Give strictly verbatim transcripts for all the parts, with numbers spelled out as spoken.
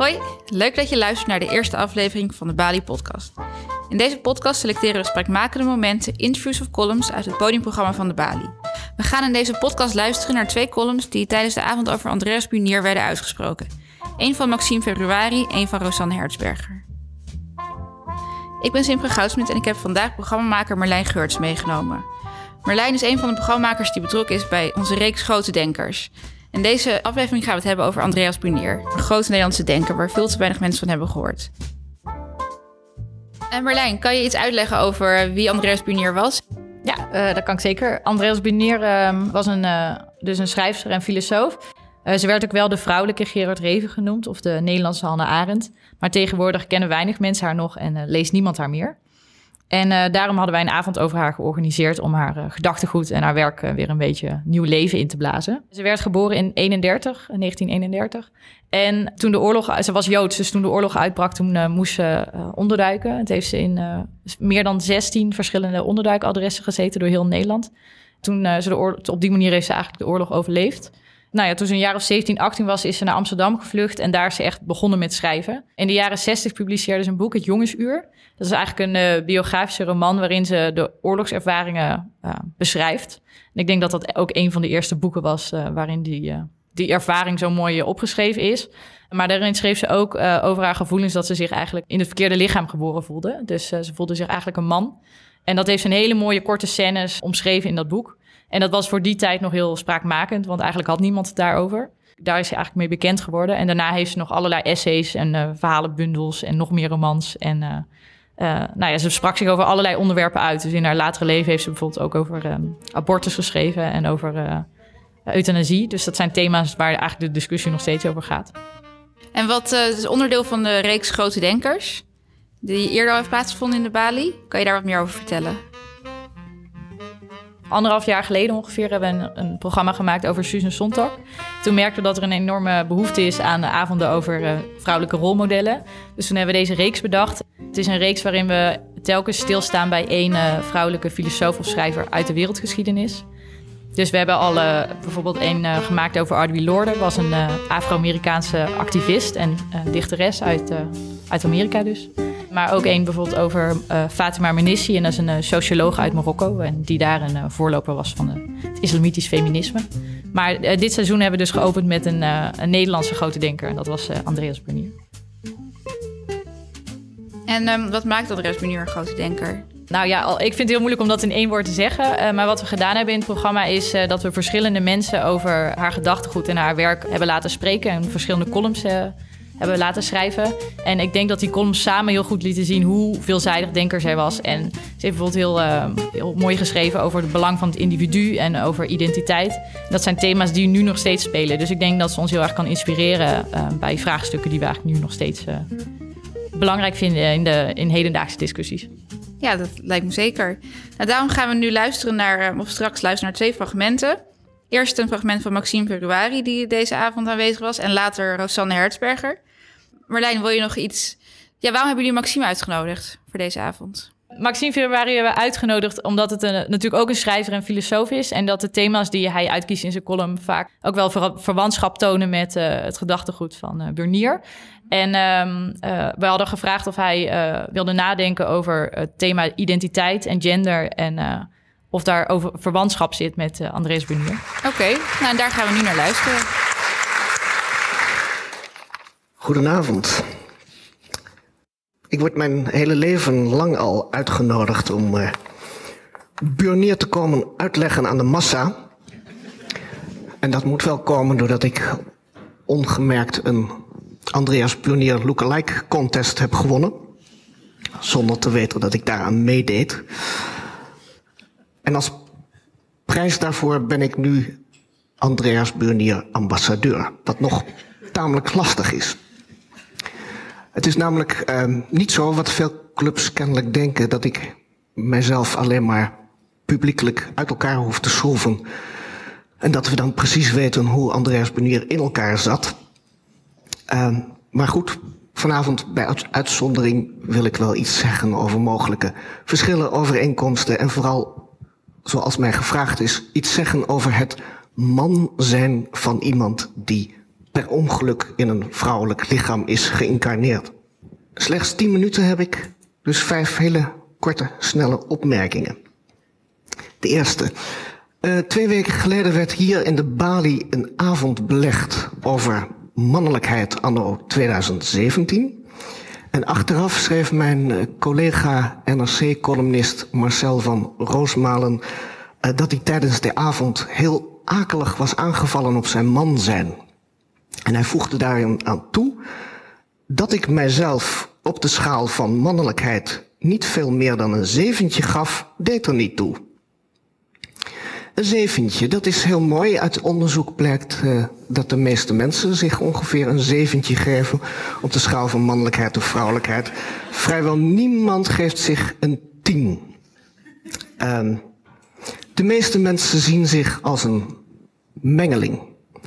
Hoi, leuk dat je luistert naar de eerste aflevering van de Bali podcast. In deze podcast selecteren we spraakmakende momenten, interviews of columns uit het podiumprogramma van de Bali. We gaan in deze podcast luisteren naar twee columns die tijdens de avond over Andreas Brunier werden uitgesproken. Eén van Maxime Februari, één van Rosanne Hertzberger. Ik ben Simke Goudsmit en ik heb vandaag programmamaker Marlijn Geurts meegenomen. Marlijn is een van de programmamakers die betrokken is bij onze reeks Grote Denkers. In deze aflevering gaan we het hebben over Andreas Brunier, een grote Nederlandse denker waar veel te weinig mensen van hebben gehoord. En Marlijn, kan je iets uitleggen over wie Andreas Brunier was? Ja, uh, dat kan ik zeker. Andreas Brunier uh, was een, uh, dus een schrijfster en filosoof. Uh, ze werd ook wel de vrouwelijke Gerard Reven genoemd of de Nederlandse Hannah Arendt. Maar tegenwoordig kennen weinig mensen haar nog en uh, leest niemand haar meer. En uh, daarom hadden wij een avond over haar georganiseerd om haar uh, gedachtegoed en haar werk uh, weer een beetje nieuw leven in te blazen. Ze werd geboren in eenendertig, negentien eenendertig. En toen de oorlog, ze was Joods, dus toen de oorlog uitbrak, toen uh, moest ze uh, onderduiken. Het heeft ze in uh, meer dan zestien verschillende onderduikadressen gezeten door heel Nederland. Toen uh, ze de oorlog, op die manier heeft ze eigenlijk de oorlog overleefd. Nou ja, toen ze een jaar of zeventien, achttien was, is ze naar Amsterdam gevlucht en daar is ze echt begonnen met schrijven. In de jaren zestig publiceerde ze een boek, Het Jongensuur. Dat is eigenlijk een uh, biografische roman waarin ze de oorlogservaringen uh, beschrijft. En ik denk dat dat ook een van de eerste boeken was uh, waarin die, uh, die ervaring zo mooi uh, opgeschreven is. Maar daarin schreef ze ook uh, over haar gevoelens dat ze zich eigenlijk in het verkeerde lichaam geboren voelde. Dus uh, ze voelde zich eigenlijk een man. En dat heeft ze een hele mooie korte scènes omschreven in dat boek. En dat was voor die tijd nog heel spraakmakend, want eigenlijk had niemand het daarover. Daar is ze eigenlijk mee bekend geworden. En daarna heeft ze nog allerlei essays en uh, verhalenbundels en nog meer romans. En uh, uh, nou ja, ze sprak zich over allerlei onderwerpen uit. Dus in haar latere leven heeft ze bijvoorbeeld ook over um, abortus geschreven en over uh, euthanasie. Dus dat zijn thema's waar eigenlijk de discussie nog steeds over gaat. En wat uh, is onderdeel van de reeks Grote Denkers, die eerder al heeft plaatsgevonden in de Bali? Kan je daar wat meer over vertellen? Anderhalf jaar geleden ongeveer hebben we een, een programma gemaakt over Susan Sontag. Toen merkten we dat er een enorme behoefte is aan avonden over uh, vrouwelijke rolmodellen. Dus toen hebben we deze reeks bedacht. Het is een reeks waarin we telkens stilstaan bij één uh, vrouwelijke filosoof of schrijver uit de wereldgeschiedenis. Dus we hebben al uh, bijvoorbeeld één uh, gemaakt over Audre Lorde. Was een uh, Afro-Amerikaanse activist en uh, dichteres uit, uh, uit Amerika dus. Maar ook één bijvoorbeeld over uh, Fatima Mernissi. En dat is een uh, socioloog uit Marokko. En die daar een uh, voorloper was van uh, het islamitisch feminisme. Maar uh, dit seizoen hebben we dus geopend met een, uh, een Nederlandse grote denker. En dat was uh, Andreas Brunier. En um, wat maakt Andreas Brunier een grote denker? Nou ja, ik vind het heel moeilijk om dat in één woord te zeggen. Uh, maar wat we gedaan hebben in het programma is uh, dat we verschillende mensen over haar gedachtegoed en haar werk hebben laten spreken. En verschillende columns uh, hebben laten schrijven. En ik denk dat die columns samen heel goed lieten zien hoe veelzijdig denker zij was. En ze heeft bijvoorbeeld heel, uh, heel mooi geschreven over het belang van het individu en over identiteit. Dat zijn thema's die nu nog steeds spelen. Dus ik denk dat ze ons heel erg kan inspireren uh, bij vraagstukken die we eigenlijk nu nog steeds uh, belangrijk vinden in, de, in hedendaagse discussies. Ja, dat lijkt me zeker. Nou, daarom gaan we nu luisteren naar, of straks luisteren naar twee fragmenten. Eerst een fragment van Maxime Februari, die deze avond aanwezig was. En later Rosanne Hertzberger. Marlijn, wil je nog iets? Ja, waarom hebben jullie Maxime uitgenodigd voor deze avond? Maxime Februari hebben we uitgenodigd omdat het een, natuurlijk ook een schrijver en filosoof is. En dat de thema's die hij uitkiest in zijn column vaak ook wel ver, verwantschap tonen met uh, het gedachtegoed van uh, Brunier. En um, uh, we hadden gevraagd of hij uh, wilde nadenken over het thema identiteit en gender. En uh, of daar over verwantschap zit met uh, Andreas Brunier. Oké, okay, nou en daar gaan we nu naar luisteren. Goedenavond. Ik word mijn hele leven lang al uitgenodigd om uh, Brunier te komen uitleggen aan de massa. En dat moet wel komen doordat ik ongemerkt een Andreas Brunier lookalike contest heb gewonnen. Zonder te weten dat ik daaraan meedeed. En als prijs daarvoor ben ik nu Andreas Brunier ambassadeur. Wat nog tamelijk lastig is. Het is namelijk uh, niet zo, wat veel clubs kennelijk denken, dat ik mijzelf alleen maar publiekelijk uit elkaar hoef te schroeven. En dat we dan precies weten hoe Andreas Brunier in elkaar zat. Uh, maar goed, vanavond bij uitzondering wil ik wel iets zeggen over mogelijke verschillen, overeenkomsten en vooral, zoals mij gevraagd is, iets zeggen over het man zijn van iemand die per ongeluk in een vrouwelijk lichaam is geïncarneerd. Slechts tien minuten heb ik, dus vijf hele korte, snelle opmerkingen. De eerste. Uh, twee weken geleden werd hier in de Bali een avond belegd over mannelijkheid anno tweeduizend zeventien. En achteraf schreef mijn collega N R C-columnist Marcel van Roosmalen uh, dat hij tijdens de avond heel akelig was aangevallen op zijn man zijn. En hij voegde daarin aan toe dat ik mijzelf op de schaal van mannelijkheid niet veel meer dan een zeventje gaf, deed er niet toe. Een zeventje, dat is heel mooi. Uit onderzoek blijkt uh, dat de meeste mensen zich ongeveer een zeventje geven op de schaal van mannelijkheid of vrouwelijkheid. Vrijwel niemand geeft zich een tien. Uh, de meeste mensen zien zich als een mengeling.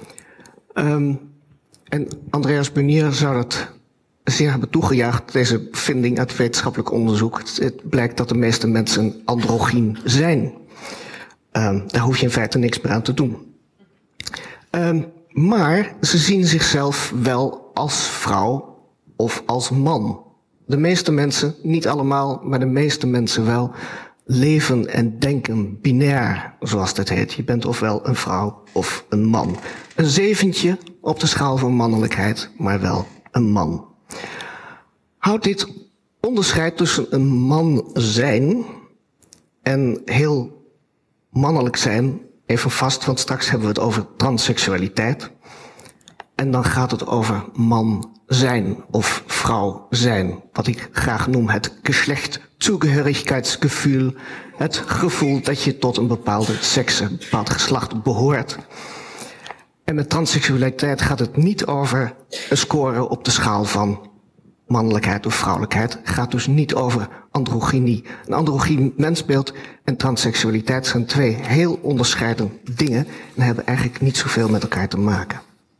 Um, en Andreas Bunier zou dat zeer hebben toegejuicht, deze vinding uit wetenschappelijk onderzoek. Het, het blijkt dat de meeste mensen androgyn zijn. Um, daar hoef je in feite niks meer aan te doen. Um, maar ze zien zichzelf wel als vrouw of als man. De meeste mensen, niet allemaal, maar de meeste mensen wel, leven en denken binair, zoals dat heet. Je bent ofwel een vrouw of een man. Een zeventje op de schaal van mannelijkheid, maar wel een man. Houd dit onderscheid tussen een man zijn en heel mannelijk zijn even vast, want straks hebben we het over transseksualiteit. En dan gaat het over man zijn of vrouw zijn. Wat ik graag noem het Geschlechtszugehörigkeitsgefühl. Het gevoel dat je tot een bepaalde seks, een bepaald geslacht behoort. En met transseksualiteit gaat het niet over een score op de schaal van mannelijkheid of vrouwelijkheid. Het gaat dus niet over androgynie. Een androgyn mensbeeld en transseksualiteit zijn twee heel onderscheiden dingen en hebben eigenlijk niet zoveel met elkaar te maken.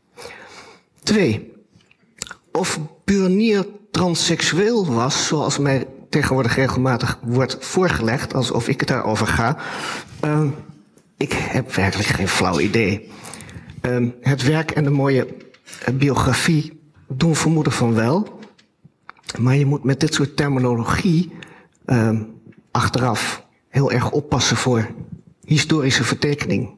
Twee. Of Bunier transseksueel was, zoals mij tegenwoordig regelmatig wordt voorgelegd, alsof ik het daarover ga. Uh, ik heb werkelijk geen flauw idee. Uh, het werk en de mooie uh, biografie doen vermoeden van wel. Maar je moet met dit soort terminologie uh, achteraf heel erg oppassen voor historische vertekening.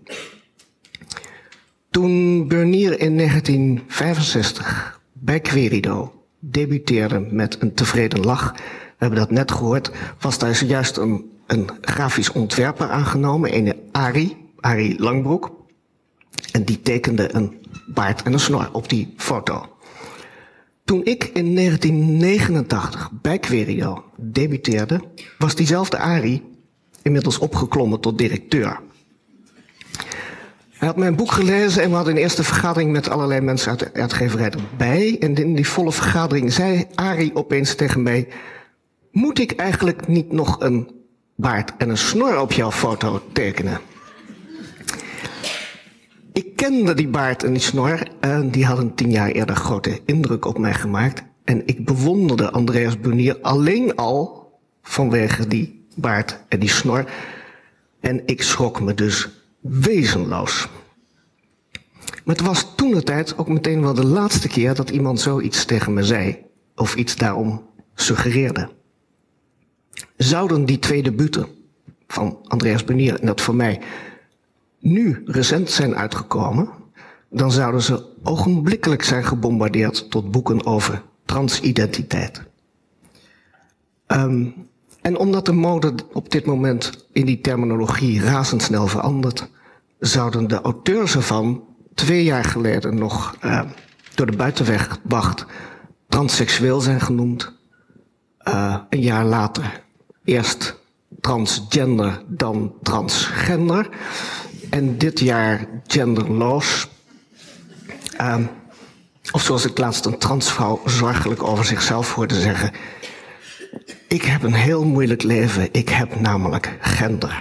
Toen Bunier in negentien vijfenzestig bij Querido debuteerde met een tevreden lach, we hebben dat net gehoord, was daar zojuist een, een grafisch ontwerper aangenomen, een Arie, Arie Langbroek. En die tekende een baard en een snor op die foto. Toen ik in negentien negenentachtig bij Querido debuteerde, was diezelfde Arie inmiddels opgeklommen tot directeur. Hij had mijn boek gelezen en we hadden een eerste vergadering met allerlei mensen uit de uitgeverij erbij. En in die volle vergadering zei Arie opeens tegen mij: moet ik eigenlijk niet nog een baard en een snor op jouw foto tekenen? Ik kende die baard en die snor en die hadden tien jaar eerder grote indruk op mij gemaakt. En ik bewonderde Andreas Bunier alleen al vanwege die baard en die snor. En ik schrok me dus wezenloos. Maar het was toentertijd ook meteen wel de laatste keer dat iemand zoiets tegen me zei. Of iets daarom suggereerde. Zouden die twee debuten van Andreas Bunier en dat voor mij nu recent zijn uitgekomen, dan zouden ze ogenblikkelijk zijn gebombardeerd tot boeken over transidentiteit. Um, en omdat de mode op dit moment in die terminologie razendsnel verandert, zouden de auteurs ervan twee jaar geleden nog uh, door de buitenwacht transseksueel zijn genoemd. Uh, een jaar later eerst transgender, dan transgender. En dit jaar genderloos. Uh, of zoals ik laatst een transvrouw zorgelijk over zichzelf hoorde zeggen: ik heb een heel moeilijk leven, ik heb namelijk gender.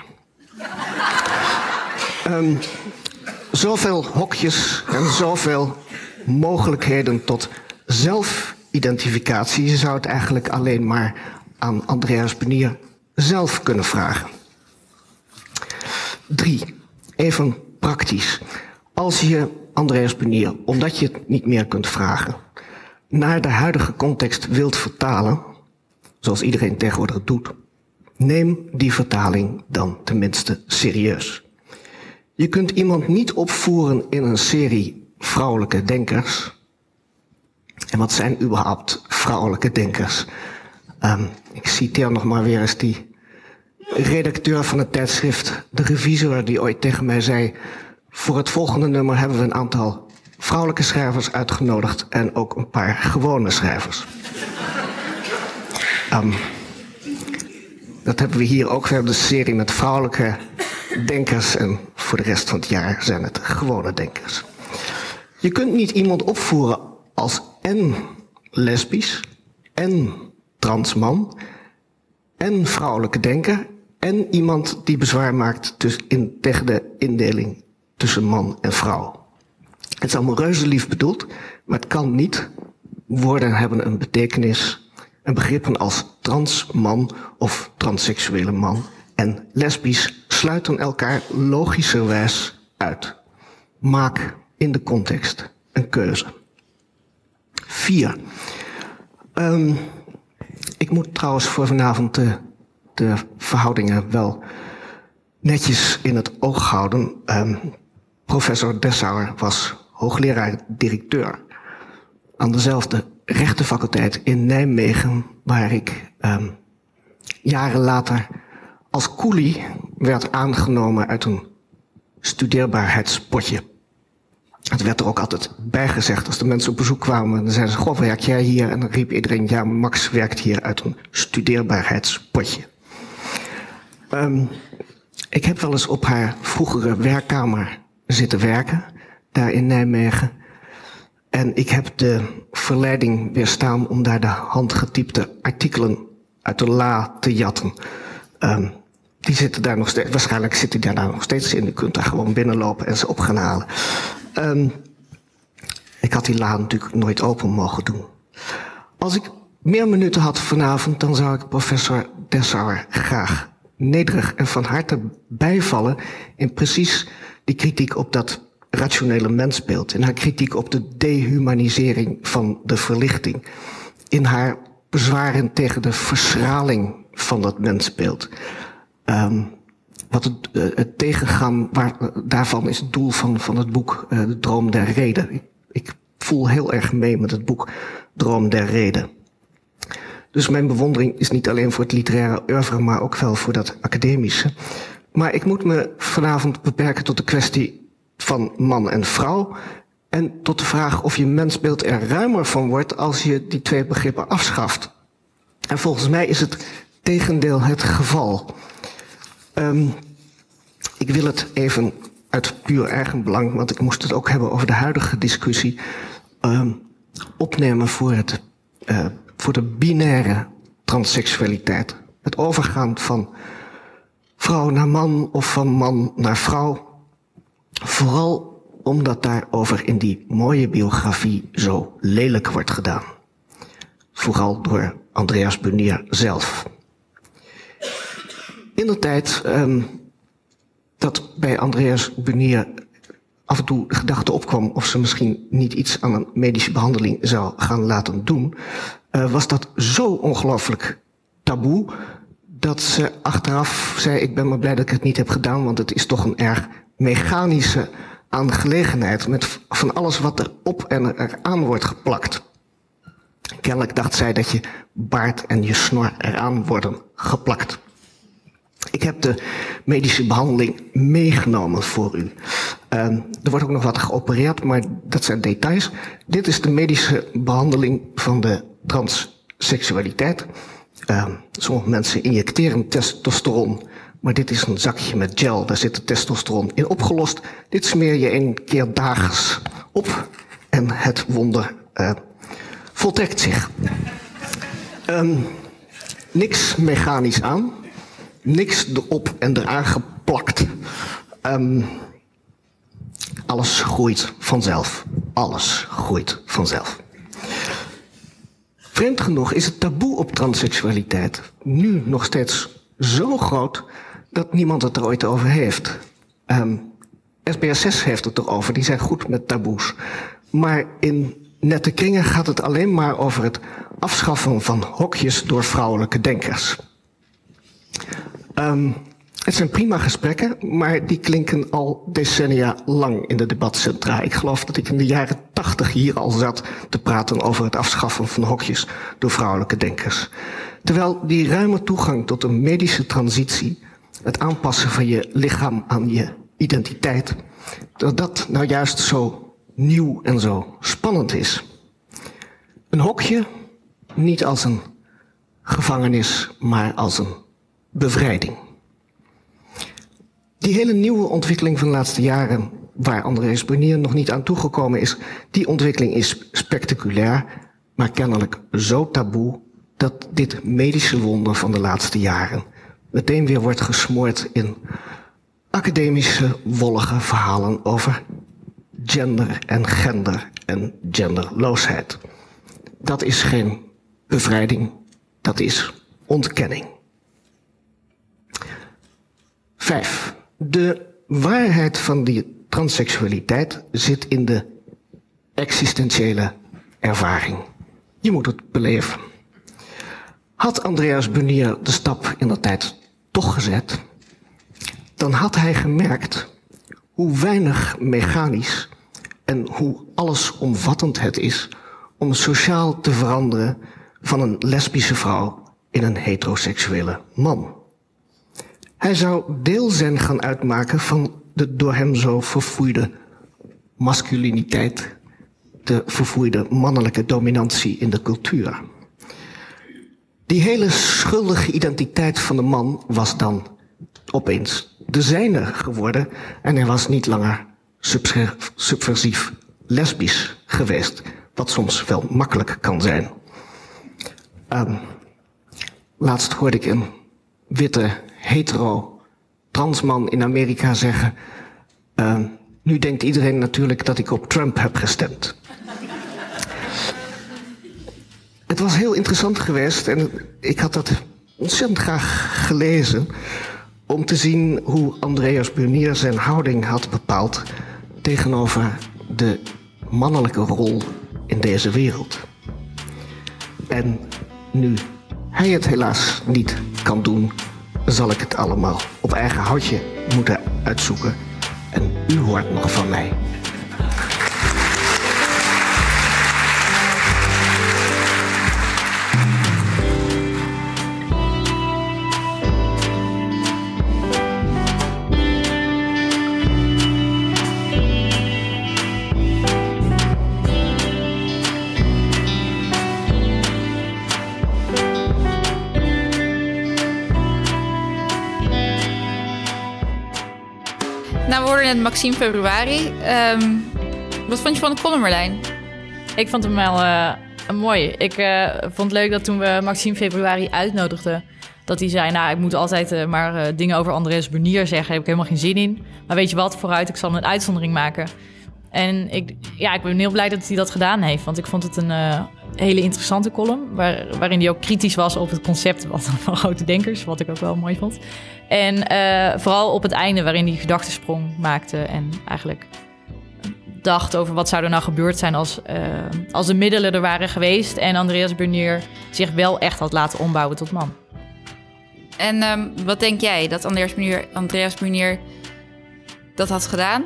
um, zoveel hokjes en zoveel mogelijkheden tot zelfidentificatie. Je zou het eigenlijk alleen maar aan Andreas Bunier zelf kunnen vragen. Drie. Even praktisch. Als je Andreas Bunier, omdat je het niet meer kunt vragen, naar de huidige context wilt vertalen, zoals iedereen tegenwoordig doet, neem die vertaling dan tenminste serieus. Je kunt iemand niet opvoeren in een serie vrouwelijke denkers. En wat zijn überhaupt vrouwelijke denkers? Um, ik citeer nog maar weer eens die redacteur van het tijdschrift, de revisor, die ooit tegen mij zei: voor het volgende nummer hebben we een aantal vrouwelijke schrijvers uitgenodigd en ook een paar gewone schrijvers. Um, dat hebben we hier ook. We hebben de serie met vrouwelijke denkers en voor de rest van het jaar zijn het gewone denkers. Je kunt niet iemand opvoeren als en lesbisch, en transman, en vrouwelijke denker, en iemand die bezwaar maakt dus in, tegen de indeling tussen man en vrouw. Het is allemaal reuze lief bedoeld, maar het kan niet. Woorden hebben een betekenis. En begrippen als transman of transseksuele man en lesbisch sluiten elkaar logischerwijs uit. Maak in de context een keuze. Vier. Um, ik moet trouwens voor vanavond de, de verhoudingen wel netjes in het oog houden. Um, professor Dessauer was hoogleraar-directeur aan dezelfde rechtenfaculteit in Nijmegen, waar ik um, jaren later als koelie werd aangenomen uit een studeerbaarheidspotje. Het werd er ook altijd bij gezegd als de mensen op bezoek kwamen. Dan zeiden ze: goh, werk jij hier? En dan riep iedereen: ja, Max werkt hier uit een studeerbaarheidspotje. Um, ik heb wel eens op haar vroegere werkkamer zitten werken, daar in Nijmegen. En ik heb de verleiding weerstaan om daar de handgetypte artikelen uit de la te jatten. Um, die zitten daar nog steeds, waarschijnlijk zitten die daar nog steeds in. Je kunt daar gewoon binnenlopen en ze op gaan halen. Um, ik had die la natuurlijk nooit open mogen doen. Als ik meer minuten had vanavond, dan zou ik professor Dessauer graag nederig en van harte bijvallen in precies die kritiek op dat rationele mensbeeld, in haar kritiek op de dehumanisering van de verlichting, in haar bezwaren tegen de verschraling van dat mensbeeld. Um, wat het, uh, het tegengaan waar, uh, daarvan is het doel van, van het boek uh, De Droom der Reden. Ik, ik voel heel erg mee met het boek Droom der Reden. Dus mijn bewondering is niet alleen voor het literaire oeuvre, maar ook wel voor dat academische. Maar ik moet me vanavond beperken tot de kwestie van man en vrouw en tot de vraag of je mensbeeld er ruimer van wordt als je die twee begrippen afschaft. En volgens mij is het tegendeel het geval. Um, ik wil het even uit puur eigen belang, want ik moest het ook hebben over de huidige discussie, um, opnemen voor, het, uh, voor de binaire transseksualiteit. Het overgaan van vrouw naar man of van man naar vrouw. Vooral omdat daarover in die mooie biografie zo lelijk wordt gedaan. Vooral door Andreas Bunier zelf. In de tijd um, dat bij Andreas Bunier af en toe de gedachte opkwam of ze misschien niet iets aan een medische behandeling zou gaan laten doen, uh, was dat zo ongelooflijk taboe dat ze achteraf zei: ik ben maar blij dat ik het niet heb gedaan, want het is toch een erg mechanische aangelegenheid met van alles wat er op en eraan wordt geplakt. Kennelijk dacht zij dat je baard en je snor eraan worden geplakt. Ik heb de medische behandeling meegenomen voor u. Uh, er wordt ook nog wat geopereerd, maar dat zijn details. Dit is de medische behandeling van de transseksualiteit. Uh, sommige mensen injecteren testosteron, maar dit is een zakje met gel. Daar zit de testosteron in opgelost. Dit smeer je een keer daags op en het wonder uh, voltrekt zich. Um, niks mechanisch aan. Niks erop en eraan geplakt. Um, alles groeit vanzelf. Alles groeit vanzelf. Vreemd genoeg is het taboe op transseksualiteit nu nog steeds zo groot dat niemand het er ooit over heeft. Um, S B S zes heeft het erover, die zijn goed met taboes. Maar in nette kringen gaat het alleen maar over het afschaffen van hokjes door vrouwelijke denkers. Um, het zijn prima gesprekken, maar die klinken al decennia lang in de debatcentra. Ik geloof dat ik in de jaren tachtig hier al zat te praten over het afschaffen van hokjes door vrouwelijke denkers. Terwijl die ruime toegang tot een medische transitie, het aanpassen van je lichaam aan je identiteit, dat dat nou juist zo nieuw en zo spannend is. Een hokje niet als een gevangenis, maar als een bevrijding. Die hele nieuwe ontwikkeling van de laatste jaren, waar Andreas Brunier nog niet aan toegekomen is, die ontwikkeling is spectaculair, maar kennelijk zo taboe dat dit medische wonder van de laatste jaren meteen weer wordt gesmoord in academische, wollige verhalen over gender en gender en genderloosheid. Dat is geen bevrijding, dat is ontkenning. Vijf. De waarheid van die transseksualiteit zit in de existentiële ervaring. Je moet het beleven. Had Andreas Brunier de stap indertijd toch gezet, dan had hij gemerkt hoe weinig mechanisch en hoe allesomvattend het is om sociaal te veranderen van een lesbische vrouw in een heteroseksuele man. Hij zou deel zijn gaan uitmaken van de door hem zo verfoeide masculiniteit, de verfoeide mannelijke dominantie in de cultuur. Die hele schuldige identiteit van de man was dan opeens de zijne geworden en hij was niet langer subversief lesbisch geweest, wat soms wel makkelijk kan zijn. Um, laatst hoorde ik een witte, hetero, transman in Amerika zeggen, uh, nu denkt iedereen natuurlijk dat ik op Trump heb gestemd. Het was heel interessant geweest en ik had dat ontzettend graag gelezen om te zien hoe Andreas Brunier zijn houding had bepaald tegenover de mannelijke rol in deze wereld. En nu hij het helaas niet kan doen, zal ik het allemaal op eigen houtje moeten uitzoeken. En u hoort nog van mij. Nou, we hoorden net Maxime Februari. Um, wat vond je van de column, Marlijn? Ik vond hem wel uh, mooi. Ik uh, vond het leuk dat toen we Maxime Februari uitnodigden, dat hij zei, nou, ik moet altijd uh, maar uh, dingen over Andreas Brunier zeggen. Daar heb ik helemaal geen zin in. Maar weet je wat, vooruit, ik zal een uitzondering maken. En ik, ja, ik ben heel blij dat hij dat gedaan heeft. Want ik vond het een uh, hele interessante column, Waar, waarin hij ook kritisch was op het concept van grote denkers. Wat ik ook wel mooi vond. En uh, vooral op het einde, waarin hij gedachtesprong maakte. En eigenlijk dacht over wat zou er nou gebeurd zijn als, uh, als de middelen er waren geweest. En Andreas Brunier zich wel echt had laten ombouwen tot man. En um, wat denk jij dat Andreas Brunier, Andreas Brunier dat had gedaan?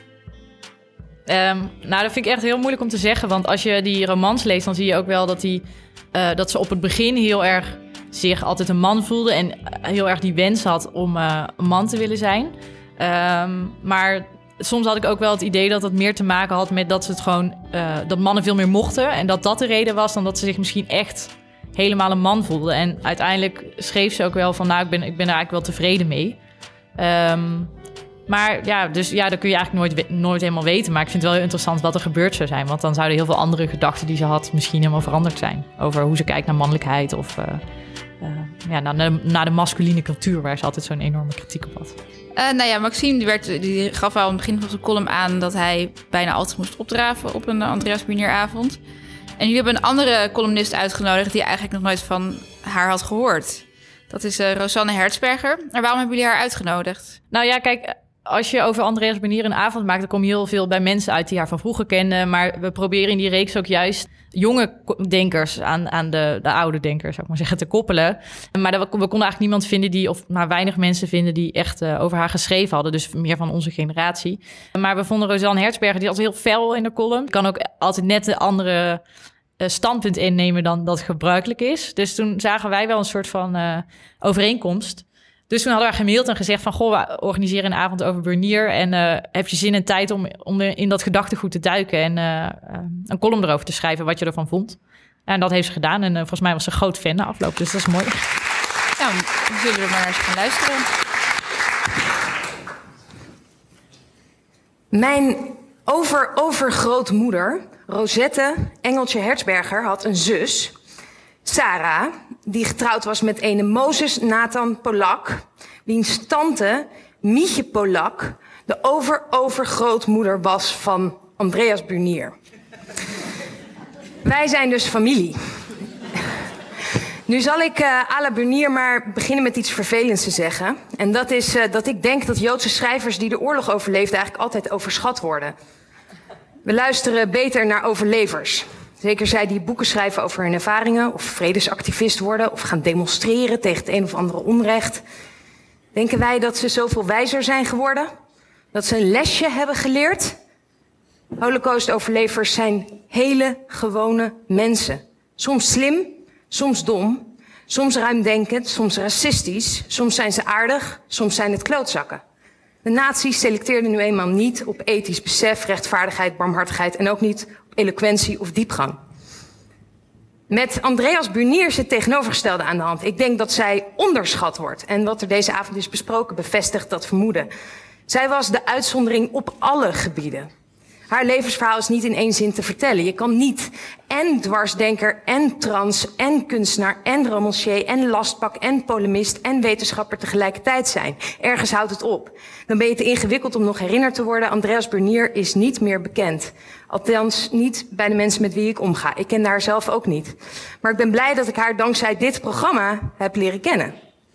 Um, nou, dat vind ik echt heel moeilijk om te zeggen. Want als je die romans leest, dan zie je ook wel dat, die, uh, dat ze op het begin heel erg zich altijd een man voelde. En heel erg die wens had om uh, een man te willen zijn. Um, maar soms had ik ook wel het idee dat het meer te maken had met dat ze het gewoon uh, dat mannen veel meer mochten. En dat dat de reden was dan dat ze zich misschien echt helemaal een man voelden. En uiteindelijk schreef ze ook wel van, nou, ik ben, ik ben er eigenlijk wel tevreden mee. Um, Maar ja, dus ja, dat kun je eigenlijk nooit, nooit helemaal weten. Maar ik vind het wel heel interessant wat er gebeurd zou zijn. Want dan zouden heel veel andere gedachten die ze had misschien helemaal veranderd zijn. Over hoe ze kijkt naar mannelijkheid of uh, uh, ja, naar, de, naar de masculine cultuur, waar ze altijd zo'n enorme kritiek op had. Uh, nou ja, Maxime die werd, die gaf al aan het begin van zijn column aan dat hij bijna altijd moest opdraven op een Andreas Brunier avond. En jullie hebben een andere columnist uitgenodigd die eigenlijk nog nooit van haar had gehoord. Dat is uh, Rosanne Hertzberger. En waarom hebben jullie haar uitgenodigd? Nou ja, kijk, als je over Andreas Bernier een avond maakt, dan kom je heel veel bij mensen uit die haar van vroeger kenden. Maar we proberen in die reeks ook juist jonge denkers aan, aan de, de oude denkers, zou ik maar zeggen, te koppelen. Maar we, we konden eigenlijk niemand vinden die, of maar weinig mensen vinden die echt uh, over haar geschreven hadden. Dus meer van onze generatie. Maar we vonden Rosanne Hertzberger, die altijd heel fel in de column. Kan ook altijd net een andere uh, standpunt innemen dan dat gebruikelijk is. Dus toen zagen wij wel een soort van uh, overeenkomst. Dus toen hadden we haar gemaild en gezegd van, goh, we organiseren een avond over Bernier. En uh, heb je zin en tijd om, om in dat gedachtegoed te duiken en uh, uh, een column erover te schrijven wat je ervan vond. En dat heeft ze gedaan. En uh, volgens mij was ze een groot fan na afloop. Dus dat is mooi. Nou, we zullen er maar eens gaan luisteren. Mijn over-overgrootmoeder, Rosette Engeltje Hertzberger, had een zus, Sarah, die getrouwd was met ene Mozes Nathan Polak, wiens tante, Mietje Polak, de over-overgrootmoeder was van Andreas Bernier. Wij zijn dus familie. Nu zal ik uh, à la Bernier maar beginnen met iets vervelends te zeggen. En dat is uh, dat ik denk dat Joodse schrijvers die de oorlog overleefden eigenlijk altijd overschat worden. We luisteren beter naar overlevers. Zeker zij die boeken schrijven over hun ervaringen, of vredesactivist worden, of gaan demonstreren tegen het een of andere onrecht. Denken wij dat ze zoveel wijzer zijn geworden? Dat ze een lesje hebben geleerd? Holocaust-overlevers zijn hele gewone mensen. Soms slim, soms dom, soms ruimdenkend, soms racistisch, soms zijn ze aardig, soms zijn het klootzakken. De nazi's selecteerden nu eenmaal niet op ethisch besef, rechtvaardigheid, barmhartigheid en ook niet op eloquentie of diepgang. Met Andreas Bernier is het tegenovergestelde aan de hand. Ik denk dat zij onderschat wordt. En wat er deze avond is besproken bevestigt dat vermoeden. Zij was de uitzondering op alle gebieden. Haar levensverhaal is niet in één zin te vertellen. Je kan niet en dwarsdenker en trans en kunstenaar en romancier en lastpak en polemist en wetenschapper tegelijkertijd zijn. Ergens houdt het op. Dan ben je te ingewikkeld om nog herinnerd te worden. Andreas Bernier is niet meer bekend. Althans niet bij de mensen met wie ik omga. Ik ken haar zelf ook niet. Maar ik ben blij dat ik haar dankzij dit programma heb leren kennen.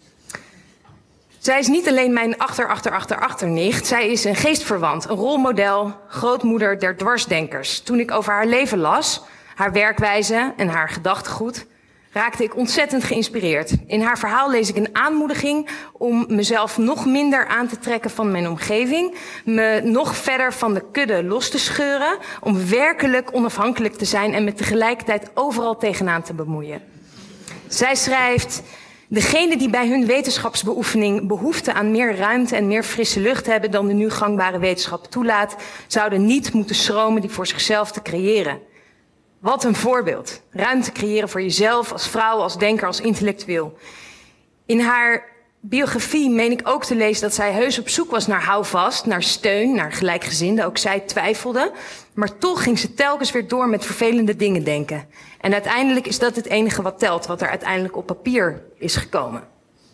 Zij is niet alleen mijn achter, achter, achter, achternicht. Zij is een geestverwant, een rolmodel, grootmoeder der dwarsdenkers. Toen ik over haar leven las, haar werkwijze en haar gedachtegoed, raakte ik ontzettend geïnspireerd. In haar verhaal lees ik een aanmoediging om mezelf nog minder aan te trekken van mijn omgeving, me nog verder van de kudde los te scheuren, om werkelijk onafhankelijk te zijn en me tegelijkertijd overal tegenaan te bemoeien. Zij schrijft: degenen die bij hun wetenschapsbeoefening behoefte aan meer ruimte en meer frisse lucht hebben dan de nu gangbare wetenschap toelaat, zouden niet moeten schromen die voor zichzelf te creëren. Wat een voorbeeld. Ruimte creëren voor jezelf, als vrouw, als denker, als intellectueel. In haar biografie meen ik ook te lezen dat zij heus op zoek was naar houvast, naar steun, naar gelijkgezinden. Ook zij twijfelde. Maar toch ging ze telkens weer door met vervelende dingen denken. En uiteindelijk is dat het enige wat telt, wat er uiteindelijk op papier is gekomen.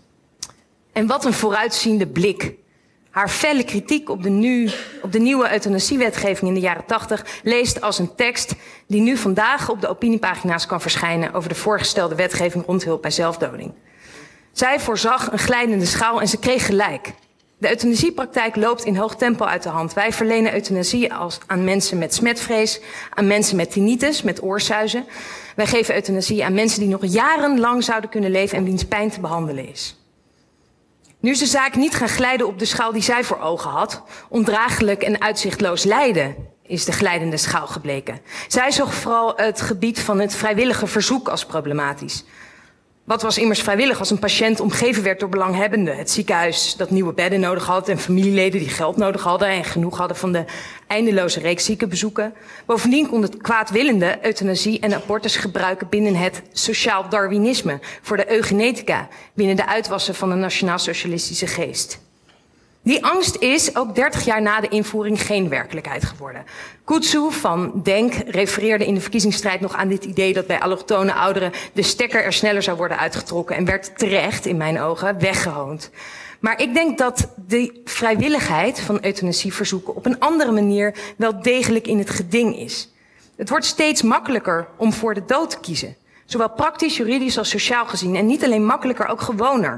En wat een vooruitziende blik. Haar felle kritiek op de, nu, op de nieuwe euthanasiewetgeving in de jaren tachtig leest als een tekst die nu vandaag op de opiniepagina's kan verschijnen over de voorgestelde wetgeving rond hulp bij zelfdoding. Zij voorzag een glijdende schaal en ze kreeg gelijk. De euthanasiepraktijk loopt in hoog tempo uit de hand. Wij verlenen euthanasie als, aan mensen met smetvrees, aan mensen met tinnitus, met oorsuizen. Wij geven euthanasie aan mensen die nog jarenlang zouden kunnen leven en wiens pijn te behandelen is. Nu is de zaak niet gaan glijden op de schaal die zij voor ogen had. Ondraaglijk en uitzichtloos lijden is de glijdende schaal gebleken. Zij zag vooral het gebied van het vrijwillige verzoek als problematisch. Wat was immers vrijwillig als een patiënt omgeven werd door belanghebbenden? Het ziekenhuis dat nieuwe bedden nodig had en familieleden die geld nodig hadden en genoeg hadden van de eindeloze reeks ziekenbezoeken. Bovendien kon het kwaadwillende euthanasie en abortus gebruiken binnen het sociaal darwinisme, voor de eugenetica, binnen de uitwassen van de nationaal-socialistische geest. Die angst is ook dertig jaar na de invoering geen werkelijkheid geworden. Kutsu van Denk refereerde in de verkiezingsstrijd nog aan dit idee dat bij allochtone ouderen de stekker er sneller zou worden uitgetrokken en werd terecht, in mijn ogen, weggehoond. Maar ik denk dat de vrijwilligheid van euthanasieverzoeken op een andere manier wel degelijk in het geding is. Het wordt steeds makkelijker om voor de dood te kiezen. Zowel praktisch, juridisch als sociaal gezien. En niet alleen makkelijker, ook gewoner.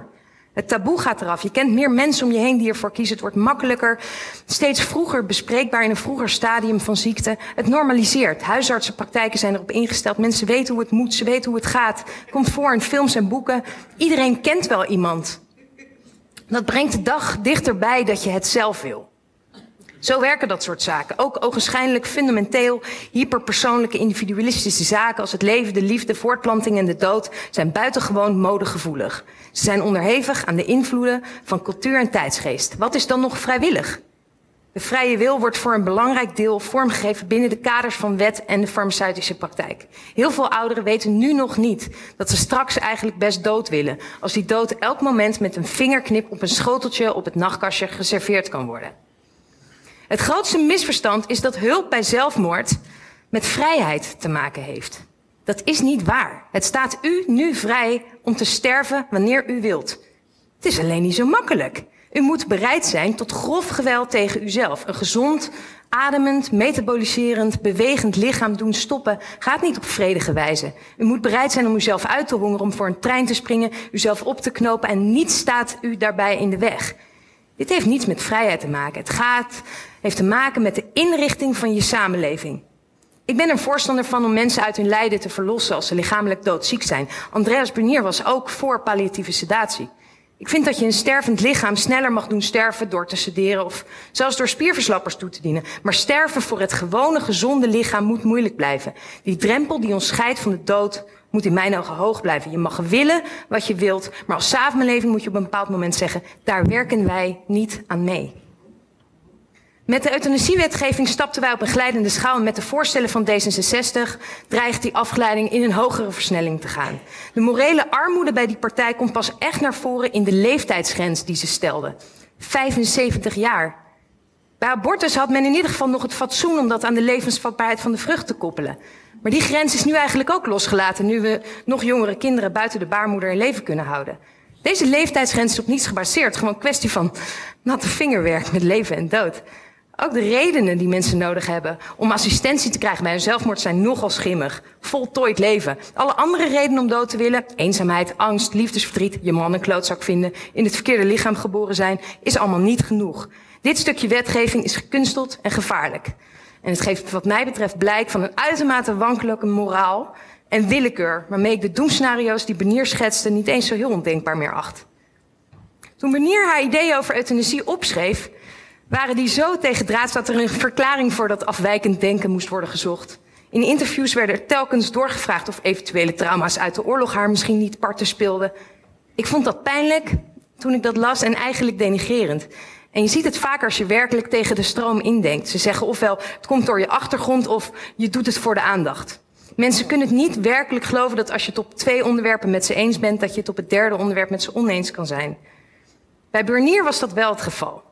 Het taboe gaat eraf. Je kent meer mensen om je heen die ervoor kiezen. Het wordt makkelijker, steeds vroeger bespreekbaar in een vroeger stadium van ziekte. Het normaliseert. Huisartsenpraktijken zijn erop ingesteld. Mensen weten hoe het moet, ze weten hoe het gaat. Het komt voor in films en boeken. Iedereen kent wel iemand. Dat brengt de dag dichterbij dat je het zelf wil. Zo werken dat soort zaken. Ook ogenschijnlijk fundamenteel, hyperpersoonlijke, individualistische zaken als het leven, de liefde, voortplanting en de dood zijn buitengewoon modegevoelig. Ze zijn onderhevig aan de invloeden van cultuur en tijdsgeest. Wat is dan nog vrijwillig? De vrije wil wordt voor een belangrijk deel vormgegeven binnen de kaders van wet en de farmaceutische praktijk. Heel veel ouderen weten nu nog niet dat ze straks eigenlijk best dood willen, als die dood elk moment met een vingerknip op een schoteltje op het nachtkastje geserveerd kan worden. Het grootste misverstand is dat hulp bij zelfmoord met vrijheid te maken heeft. Dat is niet waar. Het staat u nu vrij om te sterven wanneer u wilt. Het is alleen niet zo makkelijk. U moet bereid zijn tot grof geweld tegen uzelf. Een gezond, ademend, metaboliserend, bewegend lichaam doen stoppen gaat niet op vredige wijze. U moet bereid zijn om uzelf uit te hongeren, om voor een trein te springen, uzelf op te knopen en niets staat u daarbij in de weg. Dit heeft niets met vrijheid te maken. Het gaat, heeft te maken met de inrichting van je samenleving. Ik ben er voorstander van om mensen uit hun lijden te verlossen als ze lichamelijk doodziek zijn. Andreas Brunier was ook voor palliatieve sedatie. Ik vind dat je een stervend lichaam sneller mag doen sterven door te sederen of zelfs door spierverslappers toe te dienen. Maar sterven voor het gewone, gezonde lichaam moet moeilijk blijven. Die drempel die ons scheidt van de dood moet in mijn ogen hoog blijven. Je mag willen wat je wilt, maar als samenleving moet je op een bepaald moment zeggen, daar werken wij niet aan mee. Met de euthanasiewetgeving stapten wij op een glijdende schaal en met de voorstellen van D zesenzestig dreigt die afgeleiding in een hogere versnelling te gaan. De morele armoede bij die partij komt pas echt naar voren in de leeftijdsgrens die ze stelden. vijfenzeventig jaar. Bij abortus had men in ieder geval nog het fatsoen om dat aan de levensvatbaarheid van de vrucht te koppelen. Maar die grens is nu eigenlijk ook losgelaten, nu we nog jongere kinderen buiten de baarmoeder in leven kunnen houden. Deze leeftijdsgrens is op niets gebaseerd, gewoon een kwestie van natte vingerwerk met leven en dood. Ook de redenen die mensen nodig hebben om assistentie te krijgen bij een zelfmoord zijn nogal schimmig. Voltooid leven. Alle andere redenen om dood te willen, eenzaamheid, angst, liefdesverdriet, je man een klootzak vinden, in het verkeerde lichaam geboren zijn, is allemaal niet genoeg. Dit stukje wetgeving is gekunsteld en gevaarlijk. En het geeft wat mij betreft blijk van een uitermate wankelijke moraal en willekeur, waarmee ik de doemscenario's die Brunier schetste niet eens zo heel ondenkbaar meer acht. Toen Brunier haar ideeën over euthanasie opschreef, waren die zo tegendraads dat er een verklaring voor dat afwijkend denken moest worden gezocht. In interviews werden er telkens doorgevraagd of eventuele trauma's uit de oorlog haar misschien niet parten speelden. Ik vond dat pijnlijk toen ik dat las en eigenlijk denigrerend. En je ziet het vaak als je werkelijk tegen de stroom indenkt. Ze zeggen ofwel het komt door je achtergrond of je doet het voor de aandacht. Mensen kunnen het niet werkelijk geloven dat als je het op twee onderwerpen met ze eens bent, dat je het op het derde onderwerp met ze oneens kan zijn. Bij Brunier was dat wel het geval.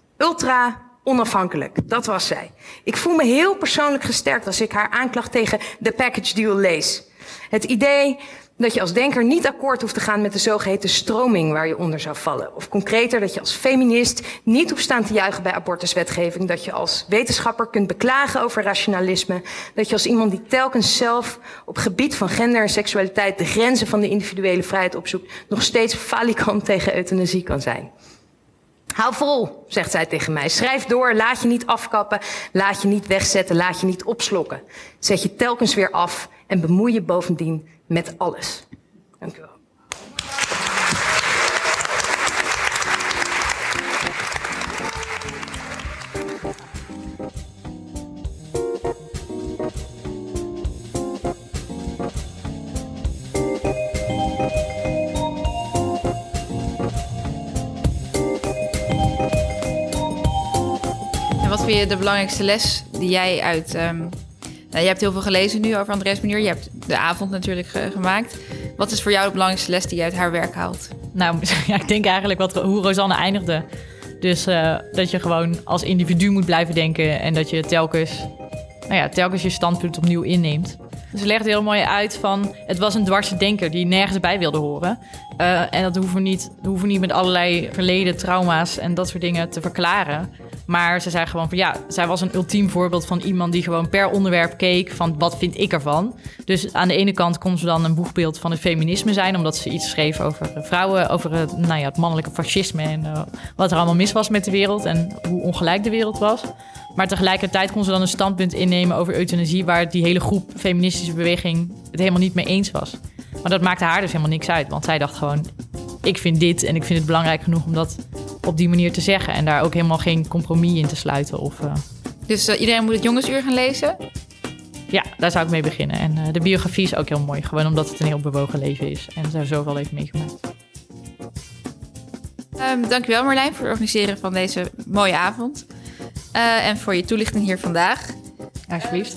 Ultra onafhankelijk, dat was zij. Ik voel me heel persoonlijk gesterkt als ik haar aanklacht tegen de package deal lees. Het idee dat je als denker niet akkoord hoeft te gaan met de zogeheten stroming waar je onder zou vallen. Of concreter, dat je als feminist niet hoeft staan te juichen bij abortuswetgeving. Dat je als wetenschapper kunt beklagen over rationalisme. Dat je als iemand die telkens zelf op gebied van gender en seksualiteit de grenzen van de individuele vrijheid opzoekt, nog steeds falikant tegen euthanasie kan zijn. Hou vol, zegt zij tegen mij. Schrijf door, laat je niet afkappen, laat je niet wegzetten, laat je niet opslokken. Zet je telkens weer af en bemoei je bovendien met alles. Dank u wel. Wat vind je de belangrijkste les die jij uit... Um, nou, je hebt heel veel gelezen nu over Andreas Brunier. Je hebt de avond natuurlijk ge- gemaakt. Wat is voor jou de belangrijkste les die je uit haar werk haalt? Nou, ja, ik denk eigenlijk wat, hoe Rosanne eindigde. Dus uh, dat je gewoon als individu moet blijven denken en dat je telkens, nou ja, telkens je standpunt opnieuw inneemt. Dus ze legt heel mooi uit van, het was een dwarse denker die nergens bij wilde horen. Uh, en dat hoeven we niet, hoeven we niet met allerlei verleden trauma's en dat soort dingen te verklaren. Maar ze zei gewoon van ja, zij was een ultiem voorbeeld van iemand die gewoon per onderwerp keek van wat vind ik ervan. Dus aan de ene kant kon ze dan een boegbeeld van het feminisme zijn, omdat ze iets schreef over vrouwen, over het, nou ja, het mannelijke fascisme en uh, wat er allemaal mis was met de wereld en hoe ongelijk de wereld was. Maar tegelijkertijd kon ze dan een standpunt innemen over euthanasie, waar die hele groep feministische beweging het helemaal niet mee eens was. Maar dat maakte haar dus helemaal niks uit, want zij dacht gewoon, ik vind dit en ik vind het belangrijk genoeg om dat op die manier te zeggen. En daar ook helemaal geen compromis in te sluiten. Of, uh... Dus uh, iedereen moet het Jongensuur gaan lezen? Ja, daar zou ik mee beginnen. En uh, de biografie is ook heel mooi, gewoon omdat het een heel bewogen leven is. En ze zoveel heeft meegemaakt. Um, dankjewel Marlijn voor het organiseren van deze mooie avond. Uh, en voor je toelichting hier vandaag. Alsjeblieft.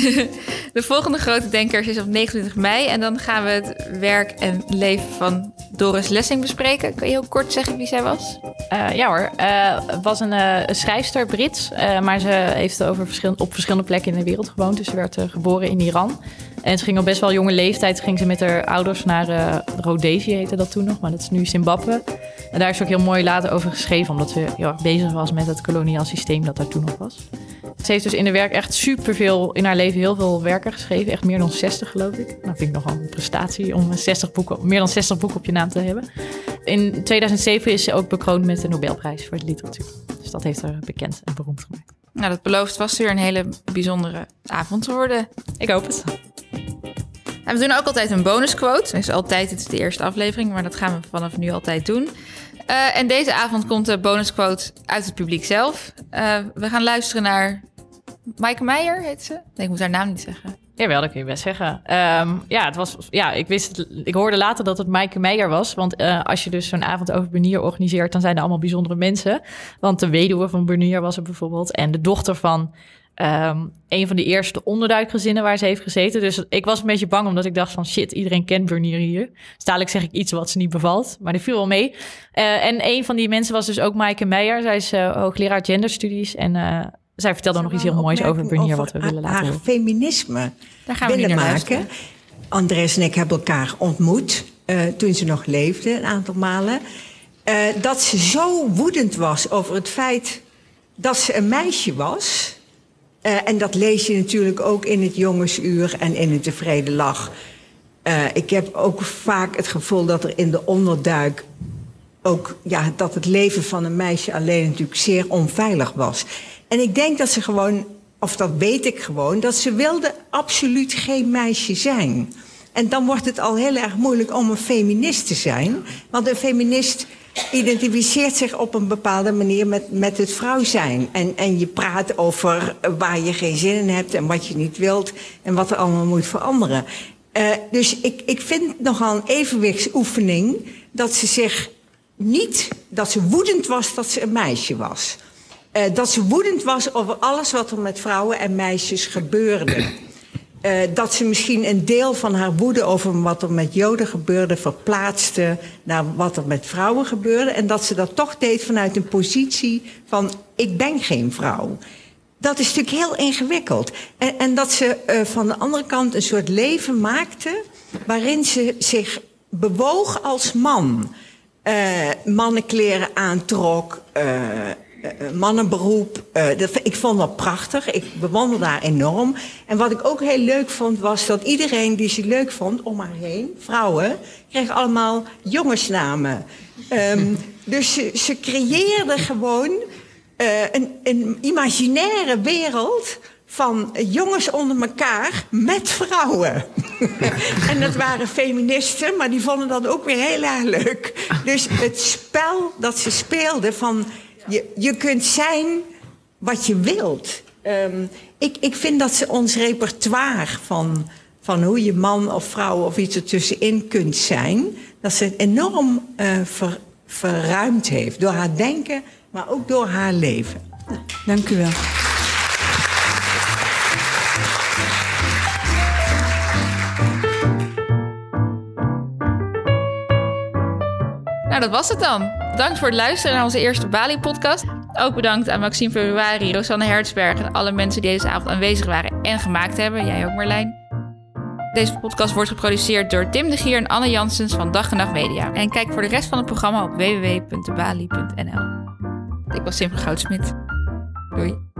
De volgende grote denkers is op negenentwintig mei. En dan gaan we het werk en leven van Doris Lessing bespreken. Kun je heel kort zeggen wie zij was? Uh, ja hoor, uh, was een, uh, een schrijfster, Brits. Uh, maar ze heeft over verschil- op verschillende plekken in de wereld gewoond. Dus ze werd uh, geboren in Iran. En ze ging op best wel jonge leeftijd ging ze met haar ouders naar uh, Rhodesië, heette dat toen nog. Maar dat is nu Zimbabwe. En daar is ze ook heel mooi later over geschreven. Omdat ze heel erg bezig was met het koloniaal systeem dat daar toen nog was. Ze heeft dus in de werk echt superveel, in haar leven heel veel werken geschreven. Echt meer dan zestig, geloof ik. Nou, vind ik nogal een prestatie om zestig boeken, meer dan zestig boeken op je naam te hebben. In tweeduizend zeven is ze ook bekroond met de Nobelprijs voor de literatuur. Dus dat heeft haar bekend en beroemd gemaakt. Nou, dat belooft vast weer een hele bijzondere avond te worden. Ik hoop het. En we doen ook altijd een bonusquote. Dat is altijd, het is de eerste aflevering, maar dat gaan we vanaf nu altijd doen. Uh, en deze avond komt de bonusquote uit het publiek zelf. Uh, we gaan luisteren naar Maaike Meijer, heet ze? Nee, ik moet haar naam niet zeggen. Jawel, dat kun je best zeggen. Um, ja, het was, ja, ik wist het, ik hoorde later dat het Maaike Meijer was. Want uh, als je dus zo'n avond over Bernier organiseert, dan zijn er allemaal bijzondere mensen. Want de weduwe van Bernier was er bijvoorbeeld. En de dochter van um, een van de eerste onderduikgezinnen waar ze heeft gezeten. Dus ik was een beetje bang, omdat ik dacht van shit, iedereen kent Bernier hier. Dus dadelijk zeg ik iets wat ze niet bevalt. Maar die viel wel mee. Uh, en een van die mensen was dus ook Maaike Meijer. Zij is uh, hoogleraar genderstudies en Uh, zij vertelde nog iets heel moois over Bernier, wat we willen laten horen. Haar feminisme Daar gaan we willen naar maken. luisteren. Andres en ik hebben elkaar ontmoet uh, toen ze nog leefde, een aantal malen. Uh, dat ze zo woedend was over het feit dat ze een meisje was. Uh, en dat lees je natuurlijk ook in het Jongensuur en in het Tevreden Lach. Uh, ik heb ook vaak het gevoel dat er in de onderduik ook, ja, dat het leven van een meisje alleen natuurlijk zeer onveilig was. En ik denk dat ze gewoon, of dat weet ik gewoon, dat ze wilde absoluut geen meisje zijn. En dan wordt het al heel erg moeilijk om een feminist te zijn. Want een feminist identificeert zich op een bepaalde manier met, met het vrouw zijn. En, en je praat over waar je geen zin in hebt en wat je niet wilt en wat er allemaal moet veranderen. Uh, dus ik, ik vind het nogal een evenwichtsoefening dat ze zich niet, dat ze woedend was dat ze een meisje was. Uh, dat ze woedend was over alles wat er met vrouwen en meisjes gebeurde. Uh, dat ze misschien een deel van haar woede over wat er met Joden gebeurde verplaatste naar wat er met vrouwen gebeurde. En dat ze dat toch deed vanuit een positie van ik ben geen vrouw. Dat is natuurlijk heel ingewikkeld. En, en dat ze uh, van de andere kant een soort leven maakte waarin ze zich bewoog als man. Uh, mannenkleren aantrok, uh, Uh, mannenberoep. Uh, dat, ik vond dat prachtig. Ik bewonderde haar enorm. En wat ik ook heel leuk vond, was dat iedereen die ze leuk vond om haar heen, vrouwen, kreeg allemaal jongensnamen. Um, dus ze, ze creëerde gewoon uh, een, een imaginaire wereld van jongens onder elkaar met vrouwen. En dat waren feministen, maar die vonden dat ook weer heel erg leuk. Dus het spel dat ze speelden van Je, je kunt zijn wat je wilt. Um, ik, ik vind dat ze ons repertoire van, van hoe je man of vrouw of iets ertussenin kunt zijn, dat ze het enorm uh, ver, verruimd heeft. Door haar denken, maar ook door haar leven. Dank u wel. Nou, dat was het dan. Bedankt voor het luisteren naar onze eerste Bali-podcast. Ook bedankt aan Maxime Februari, Rosanne Hertzberg en alle mensen die deze avond aanwezig waren en gemaakt hebben. Jij ook, Marlijn. Deze podcast wordt geproduceerd door Tim de Gier en Anne Janssens van Dag en Nacht Media. En kijk voor de rest van het programma op w w w punt de bali punt n l. Ik was Simon Goudsmit. Doei.